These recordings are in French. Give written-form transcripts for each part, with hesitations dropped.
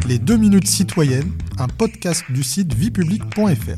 Les 2 minutes citoyennes, un podcast du site viepublique.fr.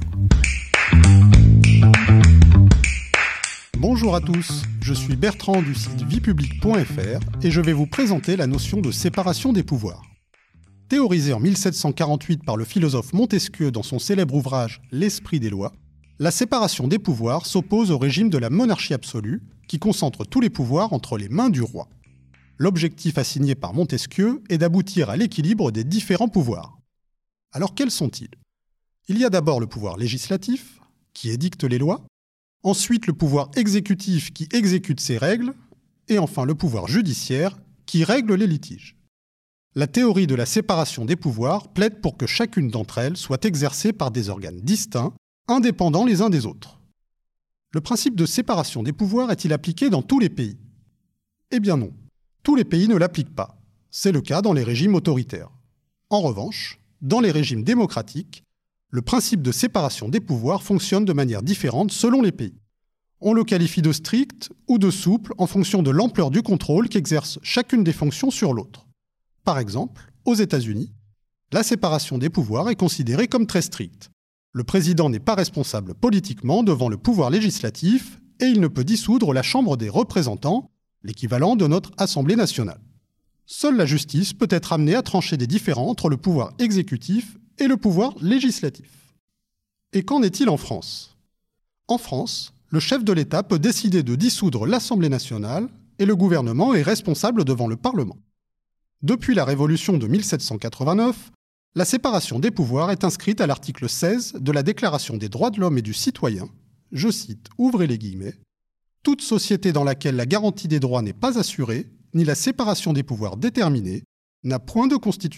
Bonjour à tous, je suis Bertrand du site viepublique.fr et je vais vous présenter la notion de séparation des pouvoirs. Théorisée en 1748 par le philosophe Montesquieu dans son célèbre ouvrage « L'esprit des lois », la séparation des pouvoirs s'oppose au régime de la monarchie absolue qui concentre tous les pouvoirs entre les mains du roi. L'objectif assigné par Montesquieu est d'aboutir à l'équilibre des différents pouvoirs. Alors quels sont-ils ? Il y a d'abord le pouvoir législatif, qui édicte les lois, ensuite le pouvoir exécutif qui exécute ses règles, et enfin le pouvoir judiciaire qui règle les litiges. La théorie de la séparation des pouvoirs plaide pour que chacune d'entre elles soit exercée par des organes distincts, indépendants les uns des autres. Le principe de séparation des pouvoirs est-il appliqué dans tous les pays ? Eh bien non, tous les pays ne l'appliquent pas. C'est le cas dans les régimes autoritaires. En revanche, dans les régimes démocratiques, le principe de séparation des pouvoirs fonctionne de manière différente selon les pays. On le qualifie de strict ou de souple en fonction de l'ampleur du contrôle qu'exerce chacune des fonctions sur l'autre. Par exemple, aux États-Unis, la séparation des pouvoirs est considérée comme très stricte. Le président n'est pas responsable politiquement devant le pouvoir législatif et il ne peut dissoudre la Chambre des représentants, l'équivalent de notre Assemblée nationale. Seule la justice peut être amenée à trancher des différends entre le pouvoir exécutif et le pouvoir législatif. Et qu'en est-il en France ? En France, le chef de l'État peut décider de dissoudre l'Assemblée nationale et le gouvernement est responsable devant le Parlement. Depuis la Révolution de 1789, la séparation des pouvoirs est inscrite à l'article 16 de la Déclaration des droits de l'homme et du citoyen, je cite, ouvrez les guillemets, « Toute société dans laquelle la garantie des droits n'est pas assurée, ni la séparation des pouvoirs déterminée, n'a point de constitution. »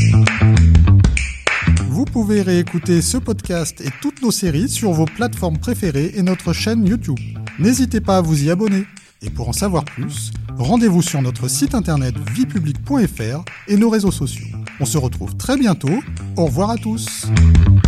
Vous pouvez réécouter ce podcast et toutes nos séries sur vos plateformes préférées et notre chaîne YouTube. N'hésitez pas à vous y abonner. Et pour en savoir plus, rendez-vous sur notre site internet viepublique.fr et nos réseaux sociaux. On se retrouve très bientôt. Au revoir à tous.